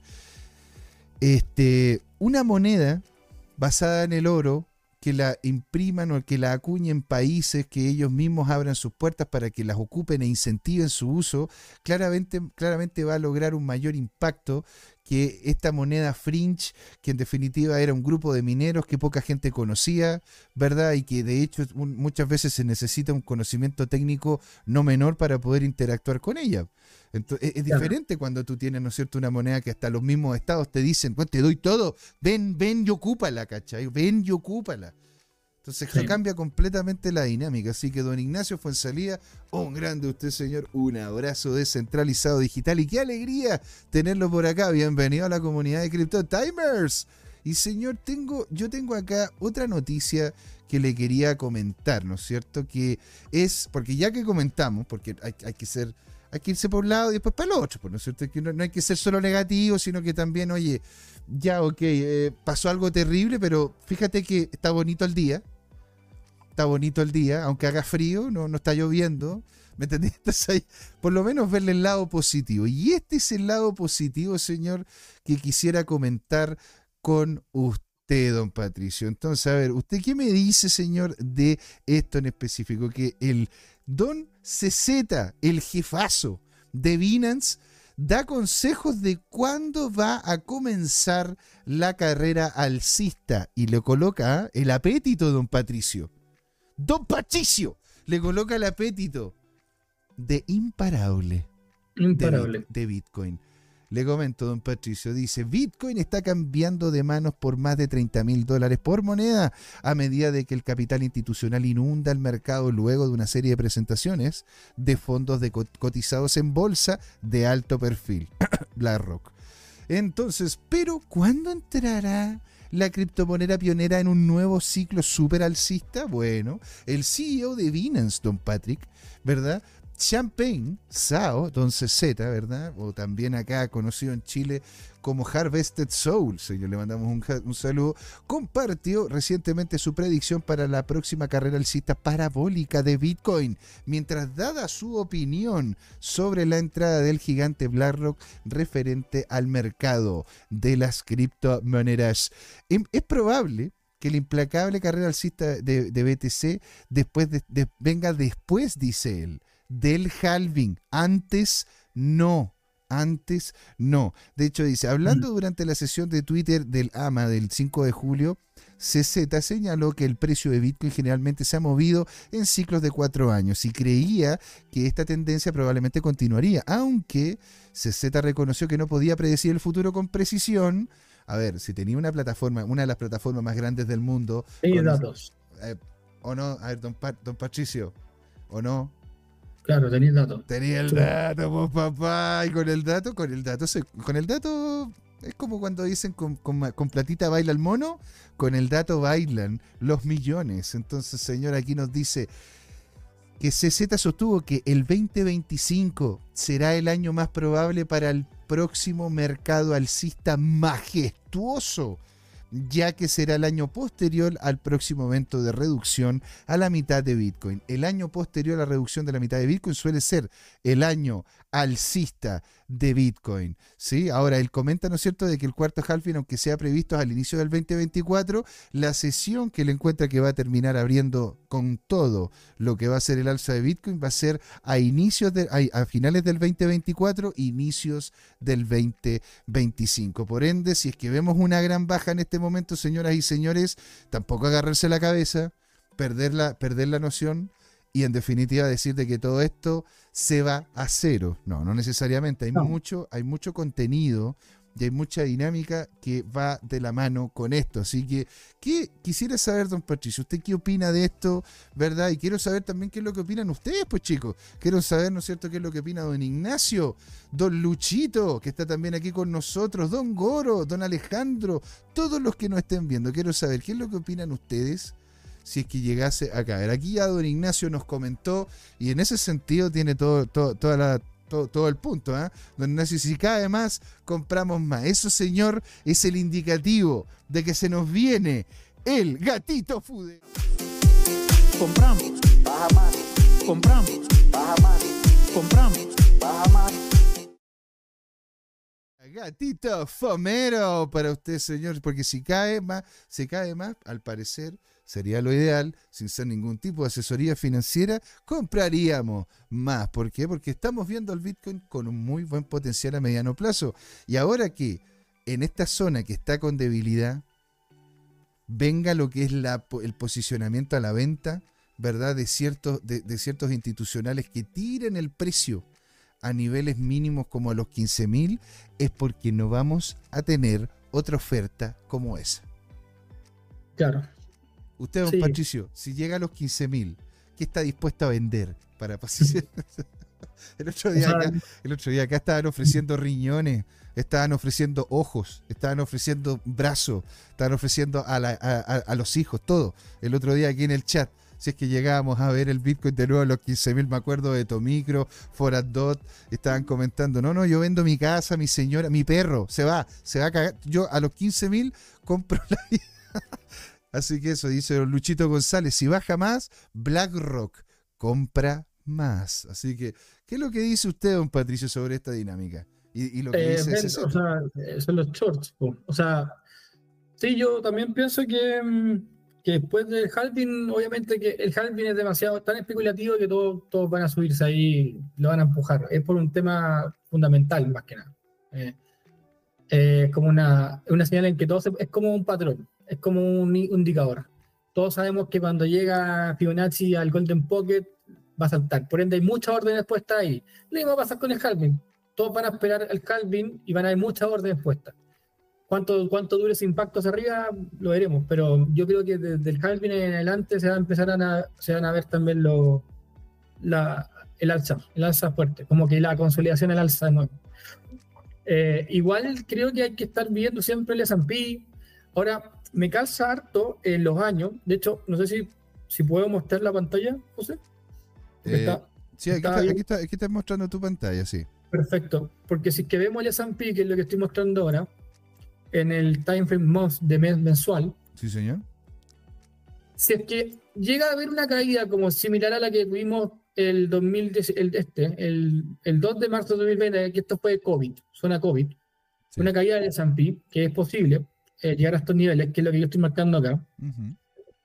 una moneda basada en el oro, que la impriman o que la acuñen países, que ellos mismos abran sus puertas para que las ocupen e incentiven su uso, claramente va a lograr un mayor impacto que esta moneda fringe, que en definitiva era un grupo de mineros que poca gente conocía, ¿verdad? Y que de hecho muchas veces se necesita un conocimiento técnico no menor para poder interactuar con ella. Entonces, es diferente cuando tú tienes, ¿no es cierto?, una moneda que hasta los mismos estados te dicen, pues te doy todo, ven y ocúpala, ¿cachai? Ven y ocúpala. Entonces cambia completamente la dinámica. Así que don Ignacio Fuenzalida, un grande usted, señor, un abrazo descentralizado digital, y qué alegría tenerlo por acá. Bienvenido a la comunidad de Crypto Timers. Y señor, yo tengo acá otra noticia que le quería comentar, ¿no es cierto? Que es, porque ya que comentamos, porque hay que irse por un lado y después para el otro, ¿no es cierto? Que no hay que ser solo negativo, sino que también, oye, ya, pasó algo terrible, pero fíjate que está bonito el día, aunque haga frío, no está lloviendo, ¿me entendés? Entonces hay, por lo menos, verle el lado positivo. Y este es el lado positivo, señor, que quisiera comentar con usted, don Patricio. Entonces, a ver, ¿usted qué me dice, señor, de esto en específico? Que el don CZ, el jefazo de Binance, da consejos de cuándo va a comenzar la carrera alcista, y le coloca el apetito, don Patricio. Don Patricio le coloca el apetito de imparable. De Bitcoin. Le comento, don Patricio, dice, Bitcoin está cambiando de manos por más de $30,000 por moneda a medida de que el capital institucional inunda el mercado luego de una serie de presentaciones de fondos cotizados en bolsa de alto perfil, BlackRock. Entonces, ¿pero cuándo entrará la criptomoneda pionera en un nuevo ciclo súper alcista? Bueno, el CEO de Binance, don Patrick, ¿verdad?, Champagne Sao, Don CZ, ¿verdad? O también acá conocido en Chile como Harvested Soul, señor, le mandamos un saludo, compartió recientemente su predicción para la próxima carrera alcista parabólica de Bitcoin, mientras dada su opinión sobre la entrada del gigante BlackRock referente al mercado de las criptomonedas. Es probable que la implacable carrera alcista de BTC venga después, dice él, del halving. Antes no. De hecho, dice, hablando durante la sesión de Twitter del AMA del 5 de julio, CZ señaló que el precio de Bitcoin generalmente se ha movido en ciclos de 4 años y creía que esta tendencia probablemente continuaría, aunque CZ reconoció que no podía predecir el futuro con precisión. A ver, si tenía una plataforma, una de las plataformas más grandes del mundo... datos. ¿O no? A ver, don Patricio, ¿o no? Claro, tenéis datos. Tenía el dato, pues, papá. Y con el dato es como cuando dicen con platita baila el mono, con el dato bailan los millones. Entonces, señor, aquí nos dice que CZ sostuvo que el 2025 será el año más probable para el próximo mercado alcista majestuoso, ya que será el año posterior al próximo evento de reducción a la mitad de Bitcoin. El año posterior a la reducción de la mitad de Bitcoin suele ser el año alcista de Bitcoin, ¿sí? Ahora, él comenta, ¿no es cierto?, de que el cuarto halving, aunque sea previsto al inicio del 2024, la sesión que él encuentra que va a terminar abriendo con todo lo que va a ser el alza de Bitcoin va a ser a finales del 2024, inicios del 2025. Por ende, si es que vemos una gran baja en este momento, señoras y señores, tampoco agarrarse la cabeza, perder la noción y en definitiva decir de que todo esto se va a cero. No necesariamente. Hay mucho contenido y hay mucha dinámica que va de la mano con esto. Así que, ¿qué quisiera saber, don Patricio? ¿Usted qué opina de esto, verdad? Y quiero saber también qué es lo que opinan ustedes, pues, chicos. Quiero saber, ¿no es cierto?, qué es lo que opina don Ignacio, don Luchito, que está también aquí con nosotros, don Goro, don Alejandro, todos los que nos estén viendo. Quiero saber qué es lo que opinan ustedes si es que llegase a caer. Aquí ya don Ignacio nos comentó y en ese sentido tiene todo el punto, ¿eh? Don Ignacio, si cae más, compramos más. Eso, señor, es el indicativo de que se nos viene el gatito Fude. Compramos, baja más. Compramos, baja más. Compramos, baja más. Gatito fomero para usted, señor, porque si cae más, al parecer sería lo ideal, sin ser ningún tipo de asesoría financiera, compraríamos más. ¿Por qué? Porque estamos viendo al Bitcoin con un muy buen potencial a mediano plazo. Y ahora que en esta zona que está con debilidad, venga lo que es el posicionamiento a la venta, ¿verdad?, de ciertos institucionales que tiren el precio a niveles mínimos como a los 15.000, es porque no vamos a tener otra oferta como esa. Claro. Usted, don Patricio, si llega a los 15.000, ¿qué está dispuesto a vender para posicionar? El otro día acá estaban ofreciendo riñones, estaban ofreciendo ojos, estaban ofreciendo brazos, estaban ofreciendo a los hijos, todo. El otro día aquí en el chat, si es que llegábamos a ver el Bitcoin de nuevo a los 15.000, me acuerdo de Tomicro, Foradot, estaban comentando, no, yo vendo mi casa, mi señora, mi perro, se va a cagar. Yo a los 15.000 compro la vida. Así que eso dice don Luchito González, si baja más, BlackRock compra más. Así que, ¿qué es lo que dice usted, don Patricio, sobre esta dinámica? Y lo que dice ese o sea, son los shorts. O sea, sí, yo también pienso que después del halving, obviamente que el halving es demasiado tan especulativo que todos van a subirse ahí, lo van a empujar. Es por un tema fundamental, más que nada. Es como una señal en que todo es como un patrón, es como un indicador. Todos sabemos que cuando llega Fibonacci al Golden Pocket va a saltar. Por ende, hay muchas órdenes puestas ahí. Lo mismo va a pasar con el halving. Todos van a esperar el halving y van a haber muchas órdenes puestas. ¿Cuánto dure ese impacto hacia arriba? Lo veremos. Pero yo creo que desde el halving en adelante se van a ver también el alza fuerte. Como que la consolidación al alza de nuevo. Igual creo que hay que estar viendo siempre el S&P. Ahora, me calza harto en los años. De hecho, no sé si puedo mostrar la pantalla, José. Sí, ¿Estaba bien? aquí estás mostrando tu pantalla, sí. Perfecto, porque si es que vemos el S&P, que es lo que estoy mostrando ahora, en el time frame de mes mensual, Sí, señor. si es que llega a haber una caída como similar a la que tuvimos el 2010, el 2 de marzo de 2020, que esto fue COVID, zona COVID, Sí. una caída del S&P, que es posible llegar a estos niveles, que es lo que yo estoy marcando acá, Ujú.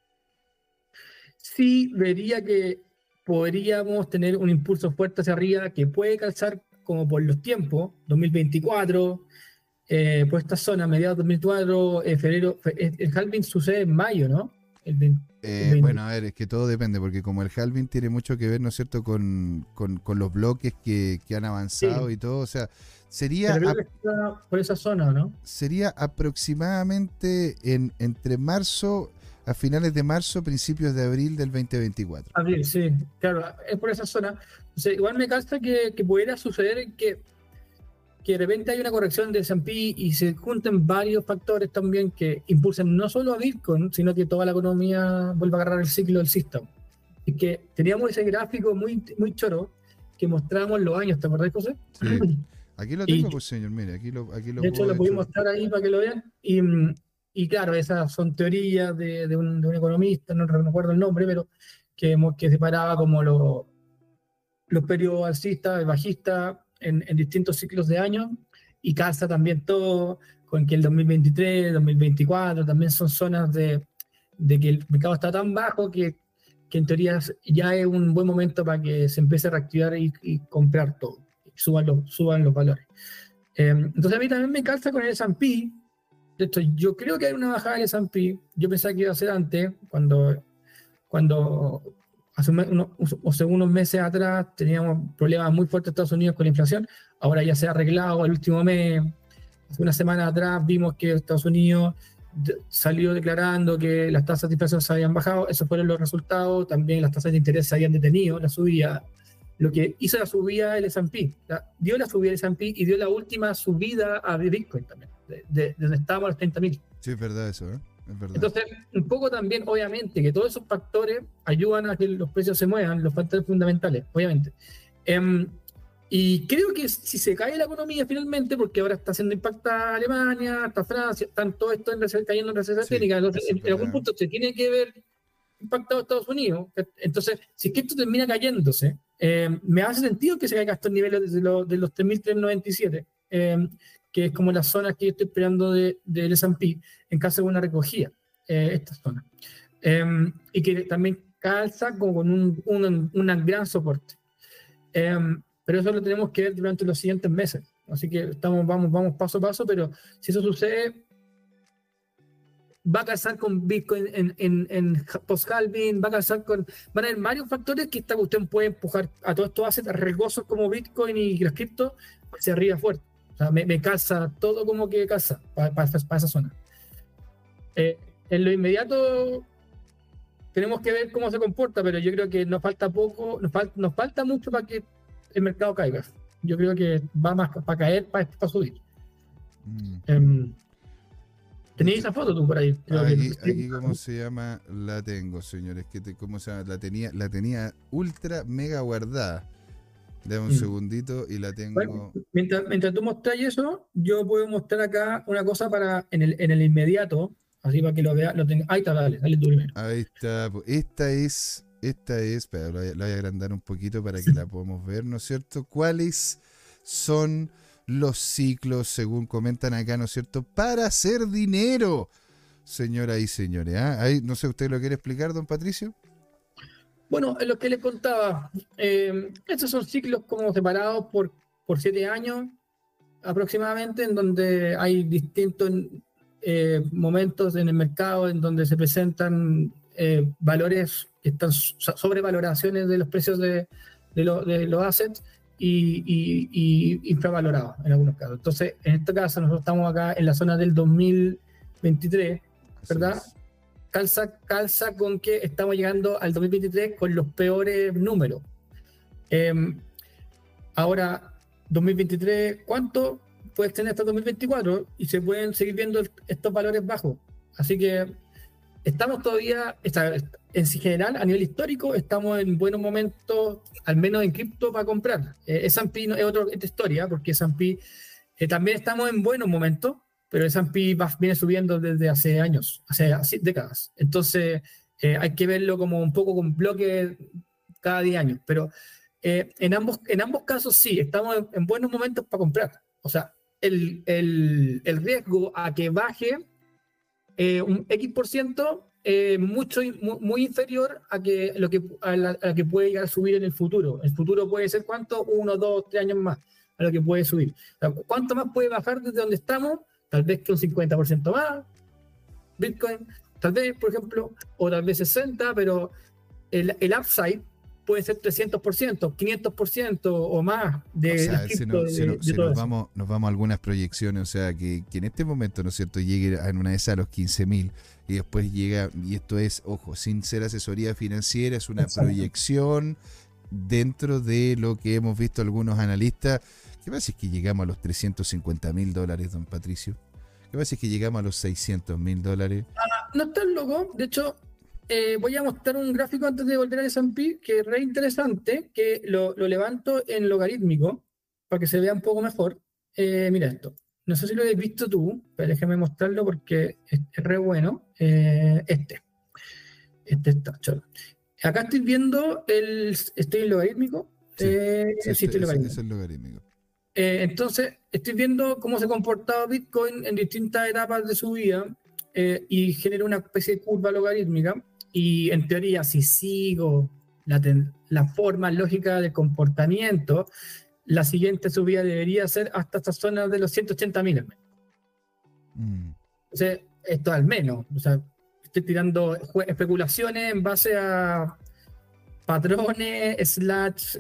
sí vería que podríamos tener un impulso fuerte hacia arriba que puede calzar como por los tiempos, 2024, por esta zona, mediados de 2004, febrero, el halving sucede en mayo, ¿no? El 20. Bueno, a ver, es que todo depende, porque como el halving tiene mucho que ver, ¿no es cierto?, con los bloques que han avanzado Sí. y todo, o sea, sería, Pero creo que está por esa zona, ¿no? sería aproximadamente entre marzo, a finales de marzo, principios de abril del 2024. Abril, sí, claro, es por esa zona. Entonces, igual me calza que pudiera suceder que de repente hay una corrección de S&P y se junten varios factores también que impulsen no solo a Bitcoin, sino que toda la economía vuelva a agarrar el ciclo alcista. Y que teníamos ese gráfico muy, muy choro que mostrábamos los años, ¿te acordás, José? Sí. Aquí lo Y tengo, pues señor, mire, aquí lo de hecho puedo, lo de pudimos hecho. mostrar ahí para que lo vean. Y claro, esas son teorías de un economista, no recuerdo el nombre, pero que separaba como los periodos alcistas, bajistas en distintos ciclos de años y calza también todo con que el 2023, 2024 también son zonas de que el mercado está tan bajo que en teoría ya es un buen momento para que se empiece a reactivar y comprar todo, y suban los valores. Entonces a mí también me calza con el S&P. De hecho, yo creo que hay una bajada del S&P. Yo pensaba que iba a ser antes, cuando hace unos meses atrás teníamos problemas muy fuertes en Estados Unidos con la inflación. Ahora ya se ha arreglado el último mes. Hace una semana atrás vimos que Estados Unidos salió declarando que las tasas de inflación se habían bajado. Esos fueron los resultados. También las tasas de interés se habían detenido, la subida. Lo que hizo la subida del S&P. Dio la subida del S&P y dio la última subida a Bitcoin también, de donde estábamos a los 30.000. Sí, es verdad eso, ¿eh? Es verdad. Entonces, un poco también, obviamente, que todos esos factores ayudan a que los precios se muevan, los factores fundamentales, obviamente. Y creo que si se cae la economía finalmente, porque ahora está siendo impactada Alemania, está Francia, están todo esto cayendo en recesión Sí, técnica, entonces eso es en algún verdad. punto se tiene que ver impactado Estados Unidos. Entonces, si es que esto termina cayéndose, me hace sentido que se caiga a estos niveles de los 3.397, que es como las zonas que yo estoy esperando del S&P en caso de una recogida, estas zonas. Y que también calza como con un gran soporte. Pero eso lo tenemos que ver durante los siguientes meses. Así que vamos paso a paso, pero si eso sucede, va a calzar con Bitcoin en post-halving, va a calzar con... Van a haber varios factores que esta cuestión puede empujar a todos estos assets riesgosos como Bitcoin y las cripto hacia arriba fuerte. O sea, me calza todo como que calza para esa zona. En lo inmediato tenemos que ver cómo se comporta, pero yo creo que nos falta poco, nos falta mucho para que el mercado caiga. Yo creo que va más para caer, para subir. ¿Tenías esa foto tú por ahí? Aquí ¿cómo se llama? La tengo, señores. ¿Cómo se llama? La tenía ultra mega guardada. Dame un segundito y la tengo. Bueno, mientras tú mostras eso, yo puedo mostrar acá una cosa para en el inmediato, así para que lo vea, lo tenga. Ahí está, dale tú primero. Ahí está. Esta es, espera, la voy a agrandar un poquito para que la podamos ver, ¿no es cierto? ¿Cuáles son los ciclos, según comentan acá, ¿no es cierto?, para hacer dinero, señoras y señores? Ahí, no sé, ¿usted lo quiere explicar, don Patricio? Bueno, en lo que les contaba, estos son ciclos como separados por 7 años aproximadamente, en donde hay distintos momentos en el mercado en donde se presentan valores que están sobrevaloraciones de los precios de los assets y infravalorados en algunos casos. Entonces, en este caso, nosotros estamos acá en la zona del 2023, ¿verdad? Calza con que estamos llegando al 2023 con los peores números. Ahora, 2023, ¿cuánto puede tener hasta 2024? Y se pueden seguir viendo estos valores bajos. Así que estamos todavía, en general, a nivel histórico, estamos en buenos momentos, al menos en cripto, para comprar. S&P es otra historia, porque S&P también estamos en buenos momentos, pero S&P viene subiendo desde hace años, hace décadas. Entonces, hay que verlo como un poco con bloques cada 10 años. Pero en ambos casos sí, estamos en buenos momentos para comprar. O sea, el riesgo a que baje un X% muy inferior a la que puede llegar a subir en el futuro. El futuro puede ser ¿cuánto? 1, 2, 3 años más a lo que puede subir. O sea, ¿cuánto más puede bajar desde donde estamos? Tal vez que un 50% más, Bitcoin, tal vez, por ejemplo, o tal vez 60%, pero el upside puede ser 300%, 500% o más de las cripto. Nos vamos a algunas proyecciones, o sea, que en este momento, ¿no es cierto?, llegue en una de esas a los 15.000 y después llega, y esto es, ojo, sin ser asesoría financiera, es una proyección dentro de lo que hemos visto algunos analistas. ¿Qué pasa si es que llegamos a los $350.000, don Patricio? ¿Qué pasa si es que llegamos a los $600.000? No estás loco, de hecho, voy a mostrar un gráfico antes de volver al S&P que es re interesante, que lo levanto en logarítmico para que se vea un poco mejor. Mira esto, no sé si lo habéis visto tú, pero déjame mostrarlo porque es re bueno. Este está cholo. Acá estoy viendo estoy en logarítmico. Sí, estoy en logarítmico. Es el logarítmico. Entonces, estoy viendo cómo se ha comportado Bitcoin en distintas etapas de su vida y genera una especie de curva logarítmica. Y en teoría, si sigo la forma lógica de comportamiento, la siguiente subida debería ser hasta esta zona de los 180.000. O sea, esto al menos. O sea, estoy tirando especulaciones en base a patrones,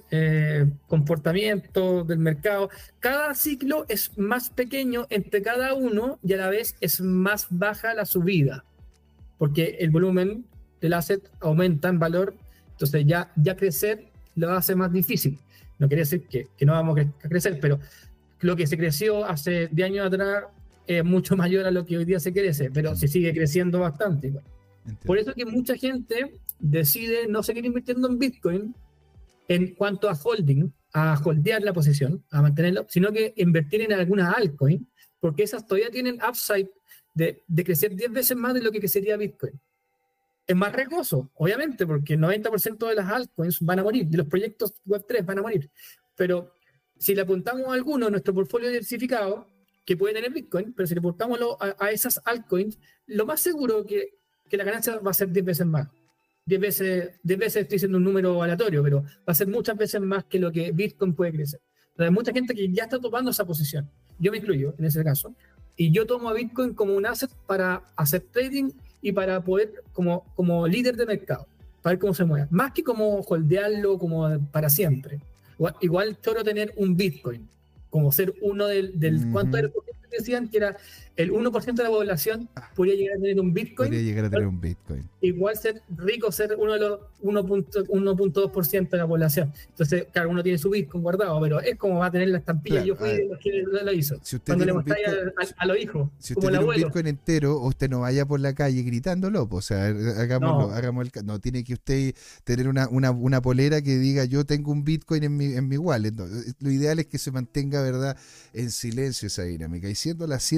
comportamiento del mercado. Cada ciclo es más pequeño entre cada uno y a la vez es más baja la subida, porque el volumen del asset aumenta en valor, entonces ya crecer lo hace más difícil. No quiere decir que no vamos a crecer, pero lo que se creció hace 10 años atrás es mucho mayor a lo que hoy día se crece, pero se sigue creciendo bastante. Por eso que mucha gente decide no seguir invirtiendo en Bitcoin en cuanto a holding, a holdear la posición, a mantenerlo, sino que invertir en algunas altcoins, porque esas todavía tienen upside de crecer 10 veces más de lo que sería Bitcoin. Es más riesgoso, obviamente, porque el 90% de las altcoins van a morir, de los proyectos Web3 van a morir. Pero si le apuntamos a alguno de nuestro portfolio diversificado, que puede tener Bitcoin, pero si le apuntamos a esas altcoins, lo más seguro que la ganancia va a ser 10 veces más. 10 veces estoy diciendo un número aleatorio, pero va a ser muchas veces más que lo que Bitcoin puede crecer. Entonces, hay mucha gente que ya está tomando esa posición. Yo me incluyo en ese caso. Y yo tomo a Bitcoin como un asset para hacer trading y para poder, como líder de mercado, para ver cómo se mueve. Más que como holdearlo como para siempre. Igual choro tener un Bitcoin, como ser uno del ¿cuánto era el porcentaje que decían? Que era el 1% de la población podría llegar a tener un Bitcoin. Podría llegar a tener un Bitcoin. Igual ser rico, ser uno de los 1.2% de la población. Entonces, claro, uno tiene su Bitcoin guardado, pero es como va a tener la estampilla. Claro, yo fui de los que lo hizo. Si usted cuando le mostráis a los hijos, si como usted el tiene abuelo. un Bitcoin entero, usted no vaya por la calle gritándolo, pues, o sea, hagamos no tiene que usted tener una polera que diga yo tengo un Bitcoin en mi wallet. No, lo ideal es que se mantenga, ¿verdad?, en silencio esa dinámica. Y siendo las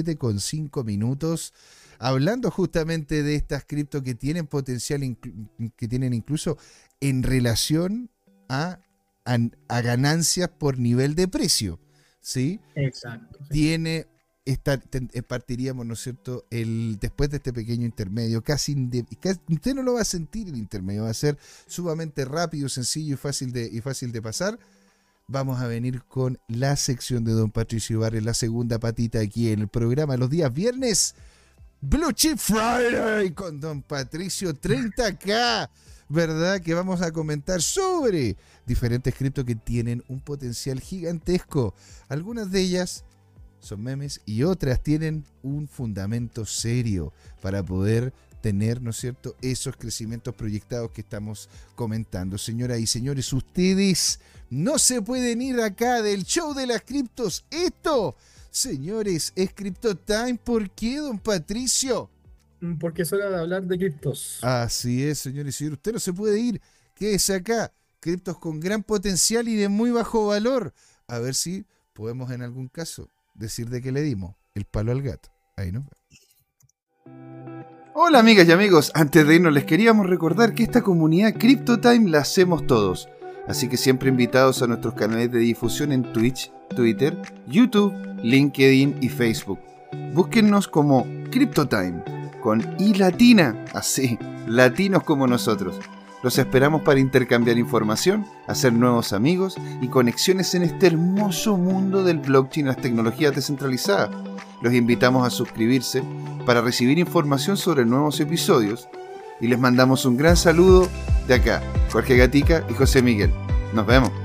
7:05, hablando justamente de estas cripto que tienen potencial, que tienen incluso en relación a ganancias por nivel de precio, ¿sí? Exacto. Sí. Partiríamos, ¿no es cierto?, después de este pequeño intermedio, casi usted no lo va a sentir el intermedio, va a ser sumamente rápido, sencillo y fácil de pasar. Vamos a venir con la sección de don Patricio Barrios, la segunda patita aquí en el programa los días viernes, Blue Chip Friday con don Patricio 30K, ¿verdad? Que vamos a comentar sobre diferentes criptos que tienen un potencial gigantesco. Algunas de ellas son memes y otras tienen un fundamento serio para poder tener, ¿no es cierto?, esos crecimientos proyectados que estamos comentando. Señoras y señores, ustedes no se pueden ir acá del show de las criptos. Esto, señores, es Crypto Time. ¿Por qué, don Patricio? porque es hora de hablar de criptos. Así es, señor y señor. Usted no se puede ir. Quédese acá. Criptos con gran potencial y de muy bajo valor. A ver si podemos en algún caso decir de qué le dimos el palo al gato. Ahí nos vemos. Hola amigas y amigos, antes de irnos les queríamos recordar que esta comunidad CryptoTime la hacemos todos. Así que siempre invitados a nuestros canales de difusión en Twitch, Twitter, YouTube, LinkedIn y Facebook. Búsquennos como CryptoTime, con I latina, así, latinos como nosotros. Los esperamos para intercambiar información, hacer nuevos amigos y conexiones en este hermoso mundo del blockchain y las tecnologías descentralizadas. Los invitamos a suscribirse para recibir información sobre nuevos episodios y les mandamos un gran saludo de acá, Jorge Gatica y José Miguel. Nos vemos.